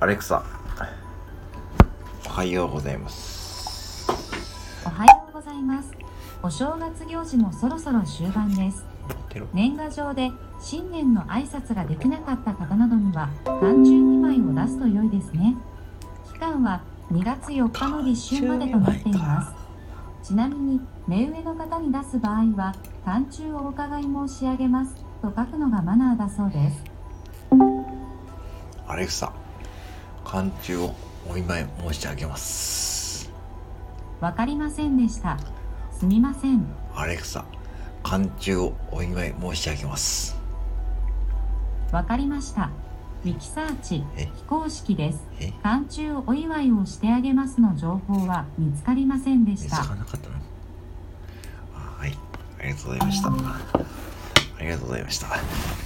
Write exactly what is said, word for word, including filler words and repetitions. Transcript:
アレクサ、おはようございます。 おはようございます。お正月行事もそろそろ終盤です。年賀状で新年の挨拶ができなかった方などには寒中にまいを出すと良いですね。期間はにがつよっかの立春までとなっています。ちなみに目上の方に出す場合は寒中をお伺い申し上げますと書くのがマナーだそうです。 アレクサ、寒中をお見舞い申し上げます。 わかりませんでした。すみません。 アレクサ、寒中をお見舞い申し上げます。 わかりました。ウィキサーチ非公式です。寒中お祝いをしてあげますの情報は見つかりませんでした。 見つからなかったの？はい、ありがとうございました。ありがとうございました。